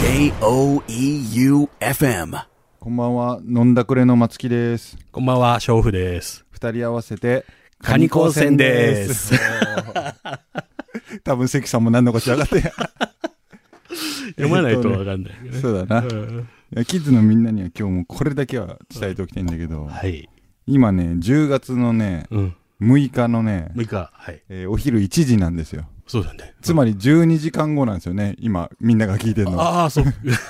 J-O-E-U-F-M こんばんは、飲んだくれの松木です。 こんばんは、娼婦です。 二人合わせて、 カニ高専です。 多分関さんも何のこっちゃ分かって。 読まないと分かんないけどね。 そうだな。いやキッズのみんなには今日もこれだけは伝えておきたいんだけど、 はい。 今ね、10月のね、6日のね、 6日、はい。 お昼1時なんですよ。 そうだね。 つまり12時間後なんですよね。今、みんなが聞いてるの。 ああ、そう。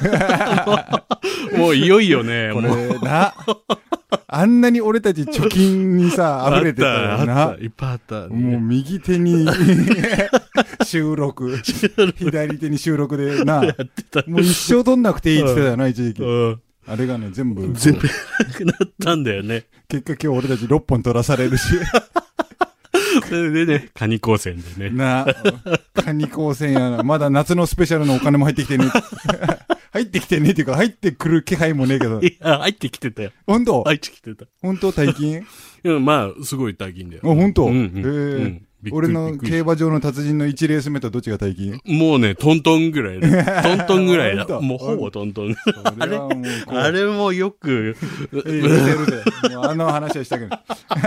もういよいよね。 これな。あんなに俺たち貯金にさ、溢れてたよな。 いっぱいあった。 もう右手に収録。左手に収録でな。もう一生取んなくていいって言ってたよな、一時期。あれがね、全部なくなったんだよね。 結果今日俺たち6本取らされるし。 それでね、カニ高専でね。 な、カニ高専やな。まだ夏のスペシャルのお金も入ってきてね。入ってきてねっていうか、入ってくる気配もねえけど。 いや、入ってきてたよ。 本当？ 入ってきてた。 本当大金？ いや、まあ、すごい大金だよ。 あ、本当？ 俺の競馬場の達人の1レース目とどっちが大金？もうね、トントンぐらいだ。トントンぐらいだ。もうほぼトントン。あれもよく。 あの話はしたけど。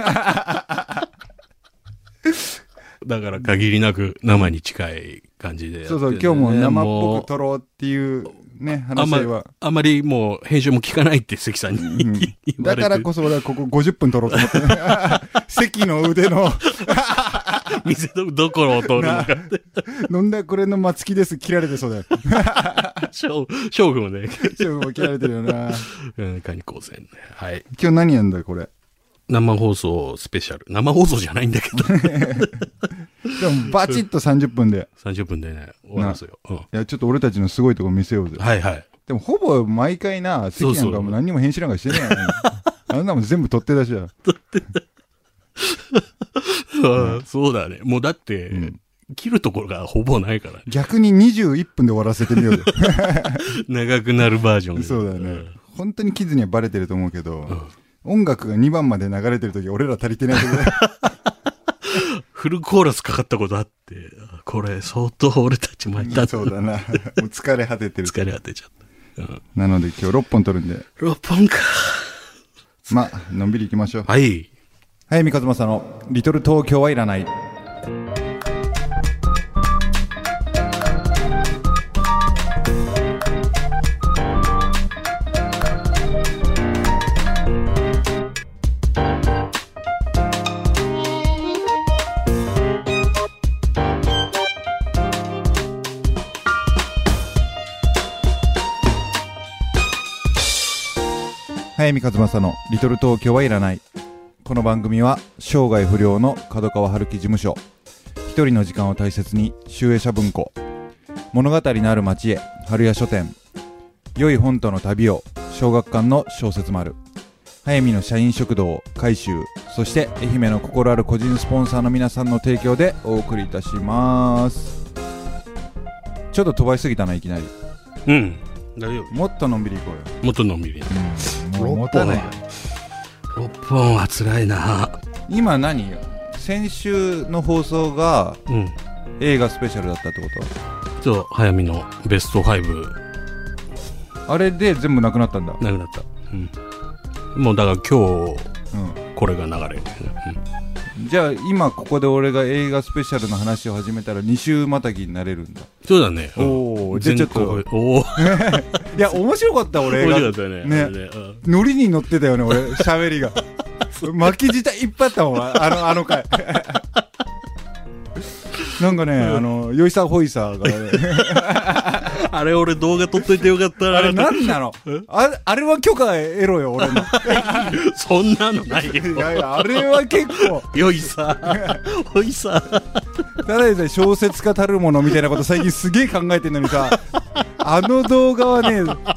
だから限りなく生に近い感じで、ね。 そうそう、今日も生っぽく撮ろうっていうね、話は。 あまりもう編集も聞かないって関さんに、言われて。 だからこそ俺はここ50分撮ろうと思って。関の腕の。 店どころを撮るのかって。 飲んだくれの松木です。切られてそうだよ。 勝負もね。 勝負も切られてるよな。 カニ高専ね。はい。 今日何やんだこれ。 生放送スペシャル。生放送じゃないんだけど。でもバチッと30分で。 30分でね、終わりますよ。 いや、ちょっと俺たちのすごいとこ見せようぜ。 はいはい。 でもほぼ毎回な、関なんかも何にも編集なんかしてねえやん。あんなもん全部撮って出しだ。 撮って出し。そうだね。もうだって、切るところがほぼないから。 逆に21分で終わらせてみようぜ。 長くなるバージョン。 そうだね。本当にキッズにはバレてると思うけど、音楽が2番まで流れてるとき俺ら足りてないところフルコーラスかかったことあって、これ相当俺たち参ったそうだな。もう疲れ果ててる。 疲れ果てちゃった。 なので今日6本撮るんで。 6本か。 まあ、のんびり行きましょう。 はい。 早見和正のリトル東京はいらない。早見和正のリトル東京はいらない。この番組は生涯不良の角川春樹事務所、一人の時間を大切に集英社文庫、物語のある町へ春屋書店、良い本との旅を小学館の小説丸、早見の社員食堂改修、そして愛媛の心ある個人スポンサーの皆さんの提供でお送りいたします。ちょっと飛ばしすぎたな、いきなり。 大丈夫。 もっとのんびり行こうよ。 もっとのんびり。 もう持たないよ。 6本は辛いな。 今何先週の放送が、映画スペシャルだったってこと？そう、早見のベスト5。 あれで全部なくなったんだ。 なくなった。もうだから今日、これが流れる。 じゃあ今ここで俺が映画スペシャルの話を始めたら2週またぎになれるんだ。 そうだね。 おお、じゃあちょっと。 おお。いや、面白かった俺映画。 面白かったね。 ノリに乗ってたよね、俺、喋りが。巻き舌いっぱいあったもん、あの回。なんかね、ヨイサーホイサーがね。 あれ俺動画撮っといてよかったな。 あれなんなの？あれは許可得ろよ、俺の。 そんなのないよ。 いやいや、あれは結構。 よいさ、ほいさ。 ただでさえ小説家たるものみたいなこと最近すげえ考えてんのにさ、あの動画はね、なんか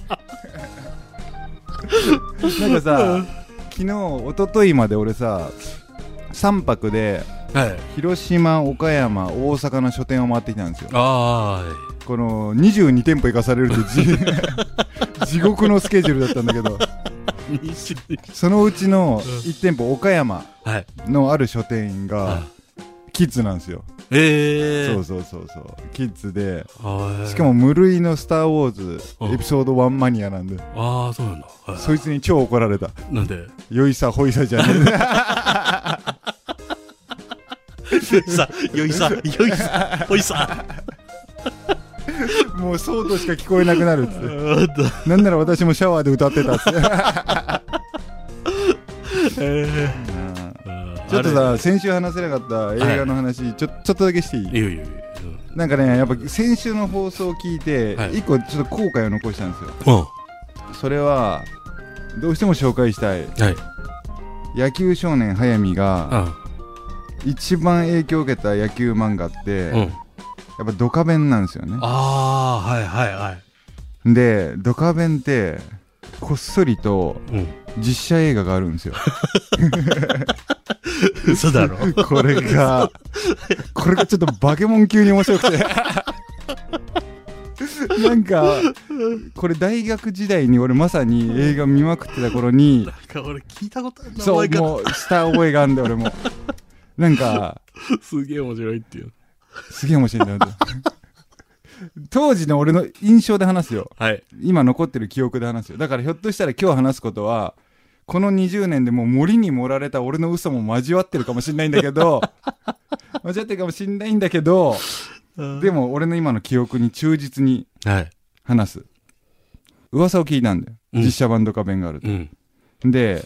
さ、昨日、一昨日まで俺さ、3泊で、広島、岡山、大阪の書店を回ってきたんですよ。この22店舗行かされるって地獄のスケジュールだったんだけどそのうちの1店舗岡山のある書店がキッズなんですよ。そうそうそうそう。キッズで、しかも無類のスターウォーズエピソード1マニアなんで。 ああ、そうなんだ。 そいつに超怒られた。 なんで？ よいさほいさじゃねえ。 よいさほいさ。 もうそうとしか聞こえなくなるっつって。なんなら私もシャワーで歌ってたっつって。ちょっとさ、先週話せなかった映画の話、ちょっとだけしていい？ いいよ。 なんかね、やっぱ先週の放送を聞いて、一個ちょっと後悔を残したんですよ。それはどうしても紹介したい、野球少年速水が一番影響を受けた野球漫画って、やっぱドカベンなんですよね。で、ドカベンってこっそりと実写映画があるんですよ。 嘘だろ。 これがちょっとバケモン級に面白くて。なんかこれ大学時代に俺まさに映画見まくってた頃に、 なんか俺聞いたことある。 そう、もうした覚えがあるんだよ俺も。なんかすげえ面白いっていう。 すげえ面白いんだよ。当時の俺の印象で話すよ。今残ってる記憶で話すよ。だからひょっとしたら今日話すことはこの20年でもう森に盛られた俺の嘘も交わってるかもしれないんだけど交わってるかもしれないんだけど、でも俺の今の記憶に忠実に話す、噂を聞いたんだよ、実写版ドカベンがあると、で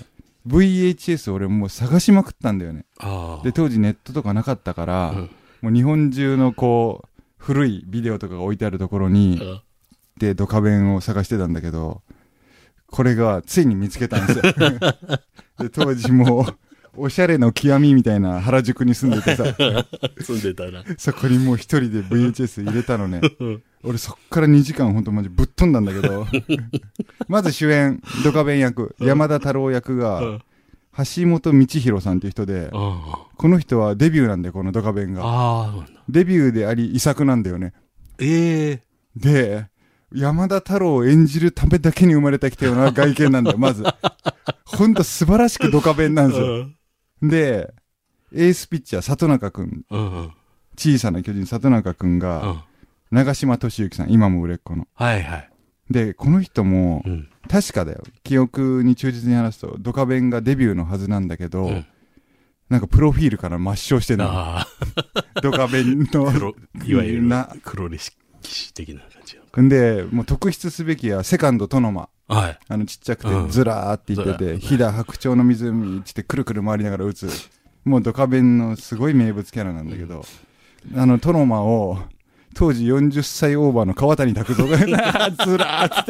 VHS 俺もう探しまくったんだよね。で当時ネットとかなかったから、もう日本中のこう古いビデオとかが置いてあるところに、でドカベンを探してたんだけど、これがついに見つけたんですよ。で当時もうおしゃれの極みみたいな原宿に住んでてさ、 住んでたな。 そこにもう一人で VHS 入れたのね。俺そっから2時間ほんとマジぶっ飛んだんだけど、まず主演ドカベン役山田太郎役が橋本道弘さんっていう人で、この人はデビューなんだよ、このドカベンが。デビューであり遺作なんだよね。で山田太郎を演じるためだけに生まれてきたような外見なんだよ。まずほんと素晴らしくドカベンなんですよ。でエースピッチャー里中くん、小さな巨人里中くんが、長嶋俊之さん、今も売れっ子の。でこの人も、確かだよ、記憶に忠実に話すとドカベンがデビューのはずなんだけど、なんかプロフィールから抹消してない。ドカベンのいわゆる黒歴史的な感じ。 でもう特筆すべきはセカンドトノマ、ちっちゃくてずらーって言ってて、飛騨白鳥の湖ってくるくる回りながら打つ、もうドカベンのすごい名物キャラなんだけど、トノマを当時40歳オーバーの川谷拓三がずらーって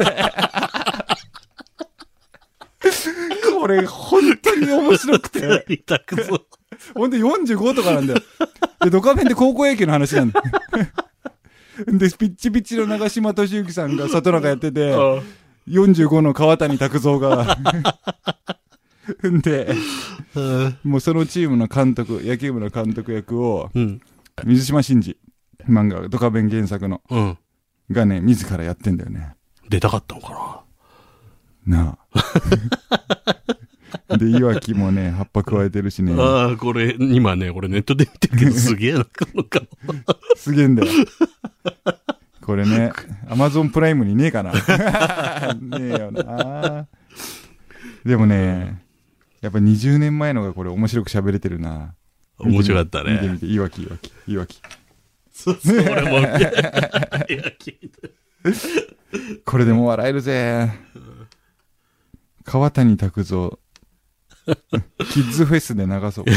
これ本当に面白くてほんと45とかなんだよ。でドカベンって高校野球の話なんだよ。でピッチピチの長嶋俊之さんが里中やってて、45の川谷拓三がでもうそのチームの監督、野球部の監督役を、水島新司、漫画ドカベン原作の、がね自らやってんだよね。 出たかったのかなあ。でいわきもね葉っぱ加えてるしね。 これ今ね俺ネットで見てるけどすげえな、この顔すげえんだよ。これねアマゾンプライムにねえかな。ねえよな。でもねやっぱ20年前のがこれ面白く喋れてるな。 面白かったね。 見てみて、いわき。 そう俺もいわきこれでも笑えるぜ。川谷拓三キッズフェスで流そう。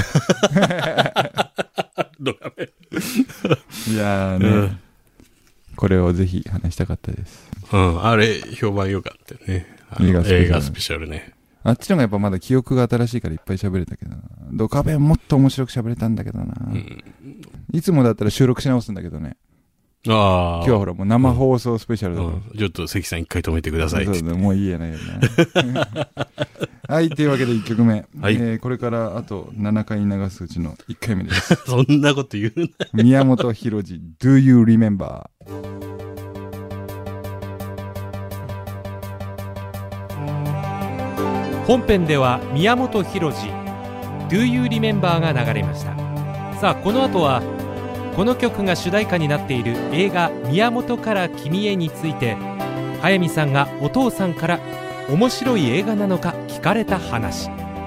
ドカベン。いやーね、これをぜひ話したかったです。 あれ評判良かったよね。映画スペシャルね。 あっちのがやっぱまだ記憶が新しいからいっぱい喋れたけどな。ドカベンもっと面白く喋れたんだけどな。いつもだったら収録し直すんだけどね。今日はほらもう生放送スペシャルだから、 ちょっと関さん一回止めてください。 そうだ、もういいやないよね。はい、というわけで1曲目、これからあと7回流すうちの1回目です。 そんなこと言うな。 宮本浩次 Do You Remember。 本編では宮本浩次 Do You Remember が流れました。 さあこの後はこの曲が主題歌になっている映画「宮本から君へ」について、速水さんがお父さんから面白い映画なのか聞かれた話。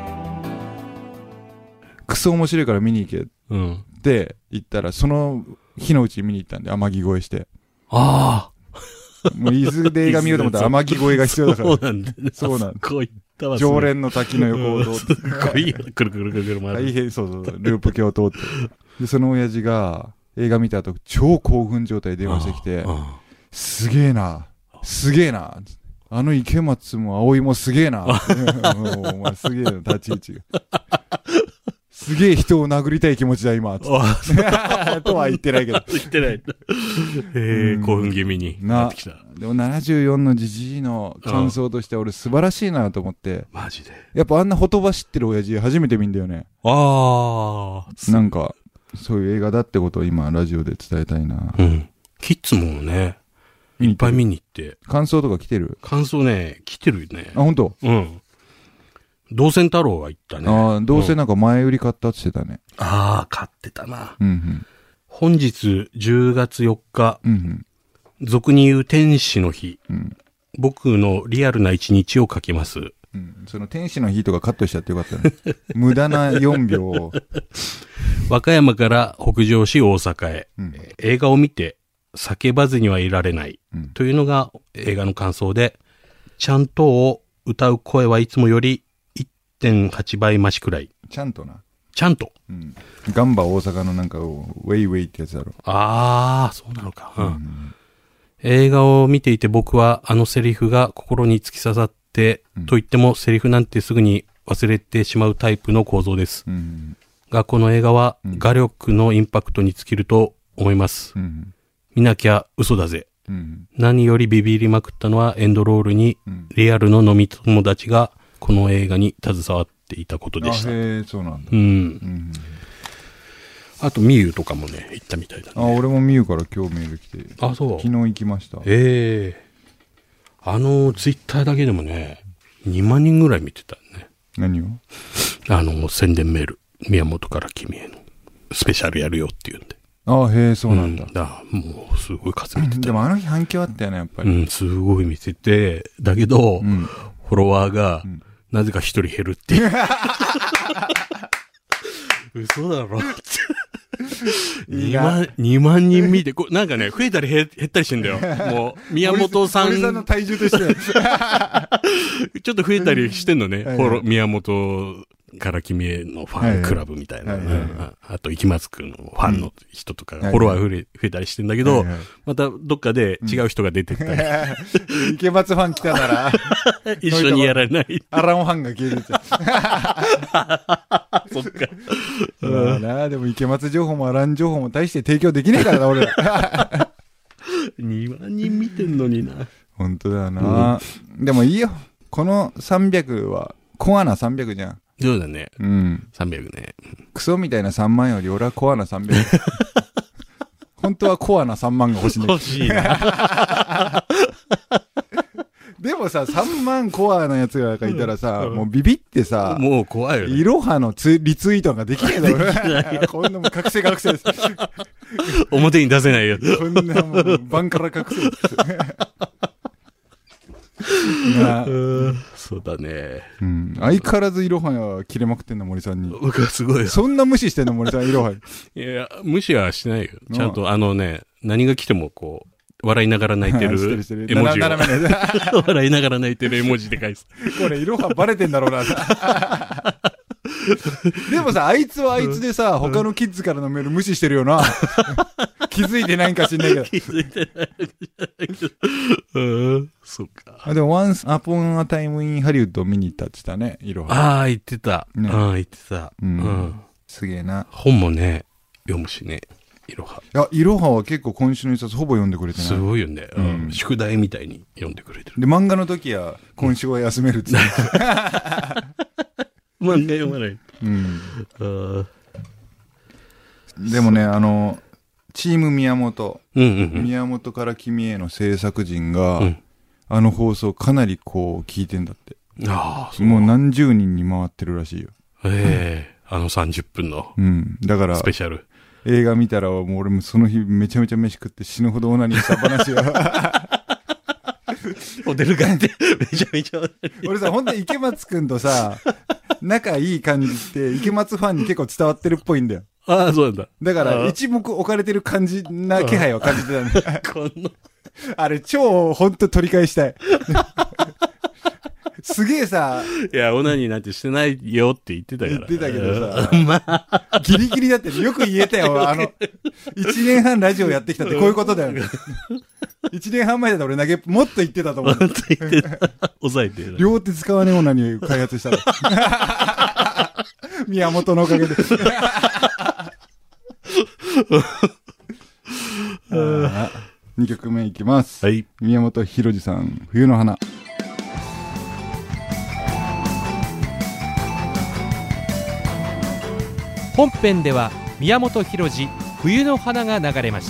クソ面白いから見に行けっうん。 て言ったら、その日のうちに見に行ったんで、天城越えして。 あもう伊豆で映画見ようと思ったら天城越えが必要だあ。 から。 そうなんだね。 そうなんこういったわ。 常連の滝の横を通って。 すごいよ。くるくるくるくる回る。 大変、そうそう、ループ橋を通って。で、その親父が映画見た後、超興奮状態で電話してきて、すげえな、すげえな、あの池松も葵もすげえな、もうお前すげえな、立ち位置が。すげえ人を殴りたい気持ちだ、今。とは言ってないけど。 言ってない。興奮気味になってきた。 でも74のジジイの感想として俺素晴らしいなと思って。 マジで。 やっぱあんなほとばしってる親父初めて見んだよね。 ああ。 なんか、そういう映画だってことを今ラジオで伝えたいな。 うん。キッズもね、いっぱい見に行って。 感想とか来てる？ 感想ね、来てるね。 あ、本当？ うん。同線太郎が言ったね。 ああ、どうせなんか前売り買ったって言ってたね。 ああ、買ってたな。 うんうん。 本日10月4日、 うんうん、俗に言う天使の日、 うん。 僕のリアルな一日を書きます。 うん。その天使の日とかカットしちゃってよかったね。無駄な4秒を。 和歌山から北上し大阪へ、 うん、 映画を見て叫ばずにはいられない、 うん、 というのが映画の感想で、ちゃんとを歌う声はいつもより 1.8 倍増しくらい。 ちゃんとな。 ちゃんと。 うん。ガンバ大阪のなんかウェイウェイってやつだろ。 ああ、そうなのか、うんうん。映画を見ていて僕はあのセリフが心に突き刺さって、うん、と言ってもセリフなんてすぐに忘れてしまうタイプの構造です。うんうん、がこの映画は画力のインパクトに尽きると思います。うんうん、見なきゃ嘘だぜ、うんうん。何よりビビりまくったのはエンドロールにリアルの飲み友達がこの映画に携わっていたことでした。 へえ、そうなんだ。 うん。うん、あとミユとかもね行ったみたいだね。 あ、俺もミユから今日メール来て。 あ、そう。 昨日行きました。 ツイッターだけでもね2万人ぐらい見てたね。 何を？ 宣伝メール。宮本から君へのスペシャルやるよって言うんで。 ああ、へえ、そうなんだ。 もうすごい数見てた。 でもあの日反響あったよね、やっぱり。 うん、すごい見てて、だけど、フォロワーが、なぜか一人減るっていう。嘘だろって。2万人見て、なんかね、増えたり減ったりしてんだよ。もう、宮本さん。 森さんの体重として。 ちょっと増えたりしてんのね。宮本から君へのファンクラブみたいな。あと、池松くんのファンの人とかがフォロワー増えたりしてんだけど、またどっかで違う人が出てったり。 池松ファン来たなら、 一緒にやらない。 アランファンが消えるじゃん。 そっか。 でも池松情報もアラン情報も大して提供できないからな、俺ら。 2万人見てんのにな。 本当だよな。でもいいよ。この300は、コアな300じゃん。 そうだね。うん。300ね。 クソみたいな3万より俺はコアな300。本当はコアな3万が欲しいんだけど。 欲しいな。 でもさ、3万コアなやつがいたらさ、もうビビってさ、 もう怖いよね。 いろはのリツイートができないだろ。こんなもん覚醒です。 表に出せないよ。 こんなもん、バンから覚醒です。 そうだね。 うん。相変わらずいろは切れまくってんの、森さんに。 僕はすごい。 そんな無視してんの、森さん、いろは。 いや、無視はしないよ。ちゃんと何が来てもこう、笑いながら泣いてる絵文字を。笑いながら泣いてる絵文字で返す。 これ、いろはバレてんだろうな。でもさ、あいつはあいつでさ、他のキッズからのメール無視してるよな。気づいてないんか知んないけど。 気づいてないけど。そっか。 でも、Once Upon a Time in Hollywood 見に行ったって言ったね、いろは。 ああ、言ってた。言ってた。 すげえな。 本もね、読むしね。いろは。 いや、いろはは結構今週の一冊ほぼ読んでくれてない。 すごいよね。宿題みたいに読んでくれてる。 で、漫画の時は今週は休めるって言って。 漫画読まない。 でもね、チーム宮本、宮本から君への制作陣が、あの放送かなりこう聞いてんだって。もう何十人に回ってるらしいよ。 あの30分のだから、 スペシャル。 映画見たらもう俺もその日めちゃめちゃ飯食って死ぬほどオナニーした話を。 ホテル帰ってめちゃめちゃ。 俺さ、ほんと池松くんとさ、仲いい感じって池松ファンに結構伝わってるっぽいんだよ。 ああ、そうなんだ。 だから一目置かれてる感じな気配を感じてたね。あれ超ほんと取り返したい。すげえさ、 いや、オナニーなんてしてないよって言ってたから。 言ってたけどさ、まあ、ギリギリだってよく言えたよ。1年半ラジオやってきたってこういうことだよね。1年半前だと俺もっと言ってたと思う。 もっと言ってた。抑えて。 両手使わねえオナニー開発したら。宮本のおかげで。2曲目いきます。 はい。 宮本浩次さん、冬の花。 本編では宮本浩次冬の花が流れました。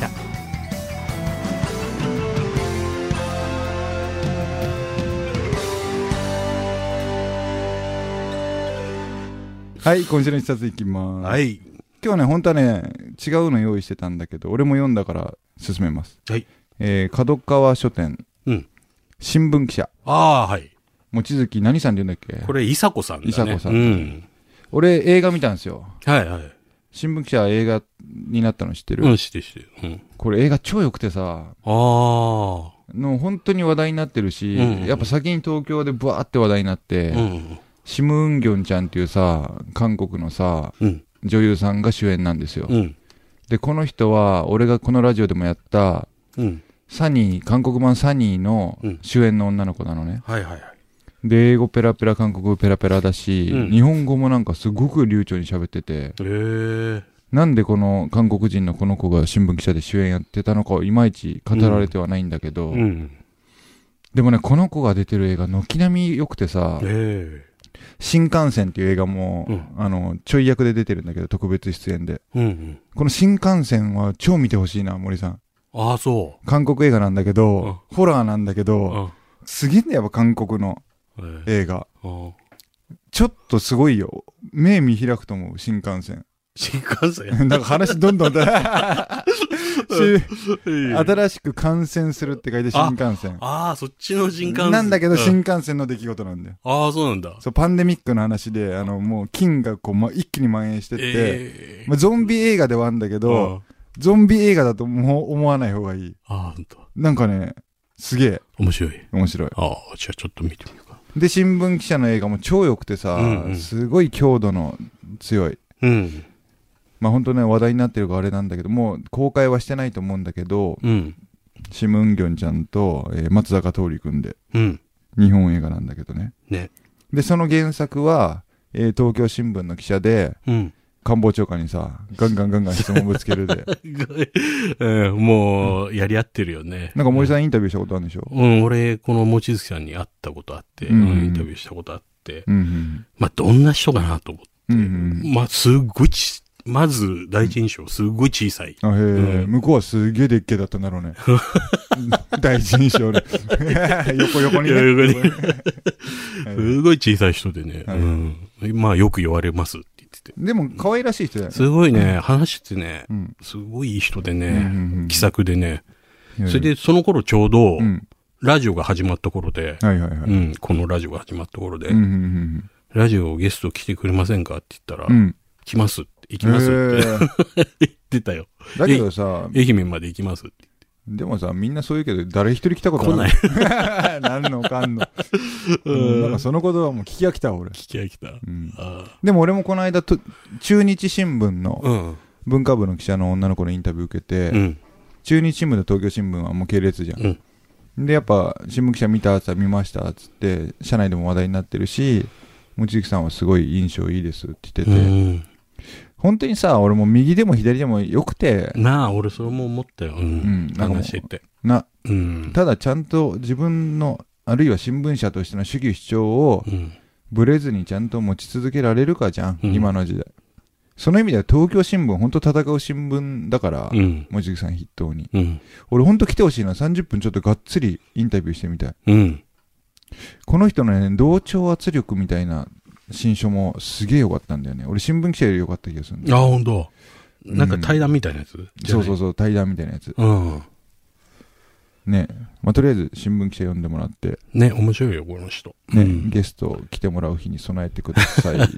はい、今週の一冊いきます。 はい。 今日はね、本当はね、違うの用意してたんだけど、俺も読んだから進めます。 はい。 角川書店、新聞記者。 ああ、はい。 望月何さんって言うんだっけ？ これ、伊佐子さんだね。 伊佐子さん。俺、映画見たんですよ。 はいはい。 新聞記者映画になったの知ってる？ 知ってる。 これ映画超良くてさ、本当に話題になってるし、やっぱ先に東京でブワーって話題になって、シム・ウンギョンちゃんっていうさ、韓国のさ、女優さんが主演なんですよ。で、この人は、俺がこのラジオでもやった、サニー、韓国版サニーの主演の女の子なのね。 はいはいはい。 で、英語ペラペラ、韓国語ペラペラだし、日本語もなんかすごく流暢に喋ってて、なんでこの韓国人のこの子が新聞記者で主演やってたのかいまいち語られてはないんだけど、でもね、この子が出てる映画、軒並み良くてさ、新幹線っていう映画も、ちょい役で出てるんだけど、特別出演で。この新幹線は超見てほしいな、森さん。 ああ、そう。 韓国映画なんだけど、ホラーなんだけど、すげえんだよ、韓国の映画。ちょっとすごいよ。目見開くと思う、新幹線。 新幹線なんか話どんどん新しく感染するって書いて新幹線。 ああ、そっちの新幹線。 なんだけど新幹線の出来事なんだよ。 ああ、そうなんだ。 そう、パンデミックの話で、もう菌がこう、一気に蔓延してって、ゾンビ映画ではあるんだけど、ゾンビ映画だともう思わない方がいい。 ああ、ほんと。 なんかね、すげえ。 面白い。 面白い。 ああ、じゃあちょっと見てみようか。 で、新聞記者の映画も超良くてさ、すごい強度の強い。まあ本当ね、話題になってるからあれなんだけど、もう公開はしてないと思うんだけど、シム・ウンギョンちゃんと、松坂桃李くんで、日本映画なんだけどね。で、その原作は、東京新聞の記者で、官房長官にさ、ガンガン質問ぶつけるで。 もう、やり合ってるよね。 なんか森さんインタビューしたことあるんでしょ？ 俺、この望月さんに会ったことあって、インタビューしたことあって、まあ、どんな人かなと思って、まあ、すっごいまず、第一印象、すっごい小さい。 向こうはすげえでっけえだったんだろうね。第一印象で。横にね。 すごい小さい人でね。まあ、よく言われますって言ってて。 でも、可愛らしい人だよね。 すごいね、話してね、すごいいい人でね、気さくでね。それで、その頃ちょうど、ラジオが始まった頃で、このラジオが始まった頃で、ラジオゲスト来てくれませんかって言ったら、来ますって。行きますって言ってたよ。 だけどさ、 愛媛まで行きますって言って。 でもさ、みんなそう言うけど、誰一人来たことない。来ない。なんのかんの。なんかそのことはもう聞き飽きた、俺。 聞き飽きた。 でも俺もこの間、中日新聞の文化部の記者の女の子のインタビュー受けて、中日新聞と東京新聞はもう系列じゃん。で、やっぱ、新聞記者見た見ましたつって、社内でも話題になってるし、望月さんはすごい印象いいですって言ってて、本当にさ、俺も右でも左でもよくて。 なあ、俺それも思ったよ。話してて。 ただちゃんと自分の、あるいは新聞社としての主義主張を、ブレずにちゃんと持ち続けられるかじゃん、今の時代。その意味では東京新聞、本当戦う新聞だから、望月さん筆頭に。俺本当来てほしいな、30分ちょっとがっつりインタビューしてみたい。この人のね、同調圧力みたいな新書もすげえ良かったんだよね。俺新聞記者より良かった気がするんだよ。 あ、ほんと。なんか対談みたいなやつ、 そうそうそう、対談みたいなやつ。 うん。 ね、まあ、とりあえず新聞記者読んでもらって。 ね、面白いよ、この人。 ね、ゲスト来てもらう日に備えてください。はい。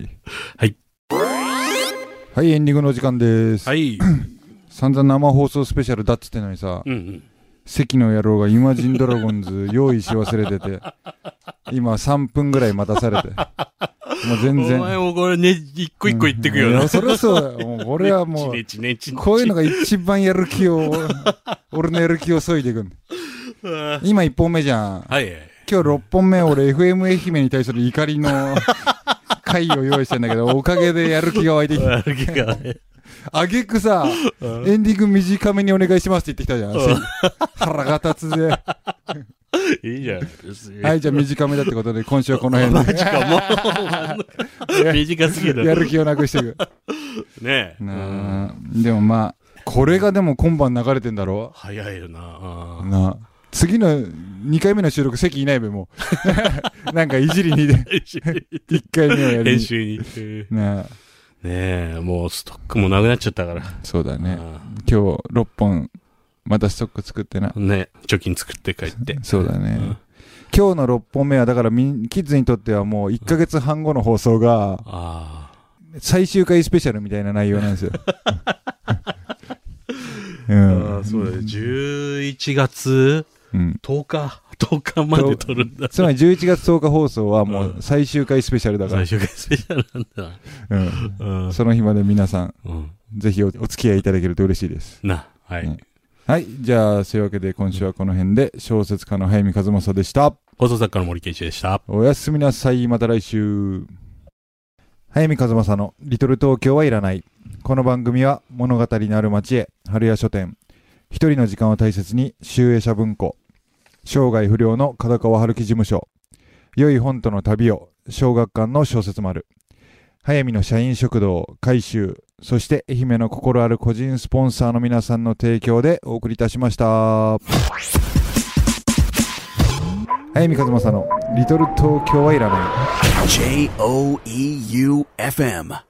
はい、エンディングの時間です。 はい。 散々生放送スペシャルだっつってのにさ、関の野郎がイマジンドラゴンズ用意し忘れてて、今3分ぐらい待たされて。もう全然。 お前もこれね、一個一個言ってくよな。 そりゃそうだよ。もう俺はもう、こういうのが一番やる気を、俺のやる気を削いでいくんだ。今1本目じゃん。 はい。 今日6本目俺 FM 愛媛に対する怒りの回を用意してんだけど、おかげでやる気が湧いてきた。やる気がね。あげくさ、エンディング短めにお願いしますって言ってきたじゃん。腹が立つぜ。 いいじゃん。 はい、じゃあ短めだってことで、今週はこの辺で。 マジか、もう。短すぎる。 やる気をなくしていく。 ねえ。 でもまあ、これがでも今晩流れてんだろ？ 早いよな。 次の2回目の収録席いないべ、もう。なんかいじりにで。1回目をやる。 練習に。ねえ、もうストックもなくなっちゃったから。 そうだね。今日6本、またストック作ってな。 ね、貯金作って帰って。 そうだね。今日の6本目は、だからキッズにとってはもう1ヶ月半後の放送が、最終回スペシャルみたいな内容なんですよ。 そうだね。11月10日まで撮るんだ。 つまり11月10日放送はもう最終回スペシャルだから。 最終回スペシャルなんだ。 その日まで皆さん、ぜひお付き合いいただけると嬉しいです。 はい。 はい。じゃあ、そういうわけで今週はこの辺で、小説家の早見和正でした。 放送作家の森圭一でした。 おやすみなさい。また来週。早見和正のリトル東京はいらない。この番組は物語のある街へ、春屋書店。一人の時間を大切に、集英社文庫。生涯不良の角川春樹事務所。良い本との旅を、小学館の小説丸。早見の社員食堂、改修。そして愛媛の心ある個人スポンサーの皆さんの提供でお送りいたしました。早見和正のリトル東京はいらない。 JOEUFM